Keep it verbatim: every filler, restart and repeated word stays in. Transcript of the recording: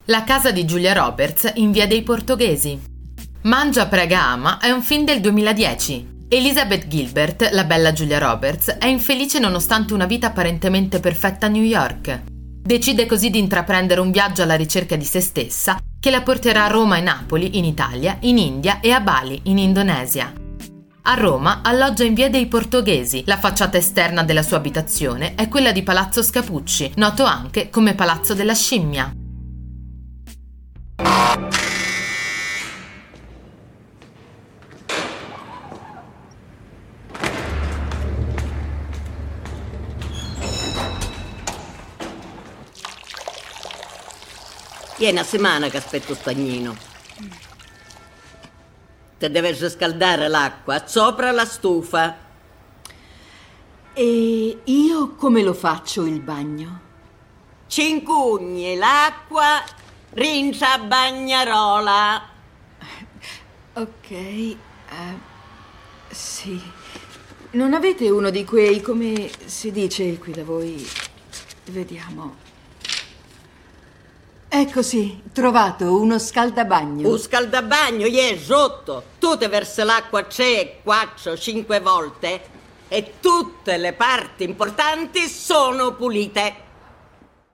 La casa di Julia Roberts in Via dei Portoghesi. Mangia, prega, ama è un film del duemiladieci. Elizabeth Gilbert, la bella Julia Roberts, è infelice nonostante una vita apparentemente perfetta a New York. Decide così di intraprendere un viaggio alla ricerca di se stessa che la porterà a Roma e Napoli, in Italia, in India e a Bali, in Indonesia. A Roma alloggia in Via dei Portoghesi. La facciata esterna della sua abitazione è quella di Palazzo Scapucci, noto anche come Palazzo della Scimmia. È una settimana che aspetto Stagnino. Te deve scaldare l'acqua sopra la stufa. E io come lo faccio il bagno? Cincugni l'acqua, rinsa a bagnarola. Ok, uh, sì. Non avete uno di quei, come si dice qui da voi? Vediamo. Ecco sì, trovato uno scaldabagno. Un scaldabagno è sotto. Tu ti versi l'acqua tre, quattro, cinque volte e tutte le parti importanti sono pulite.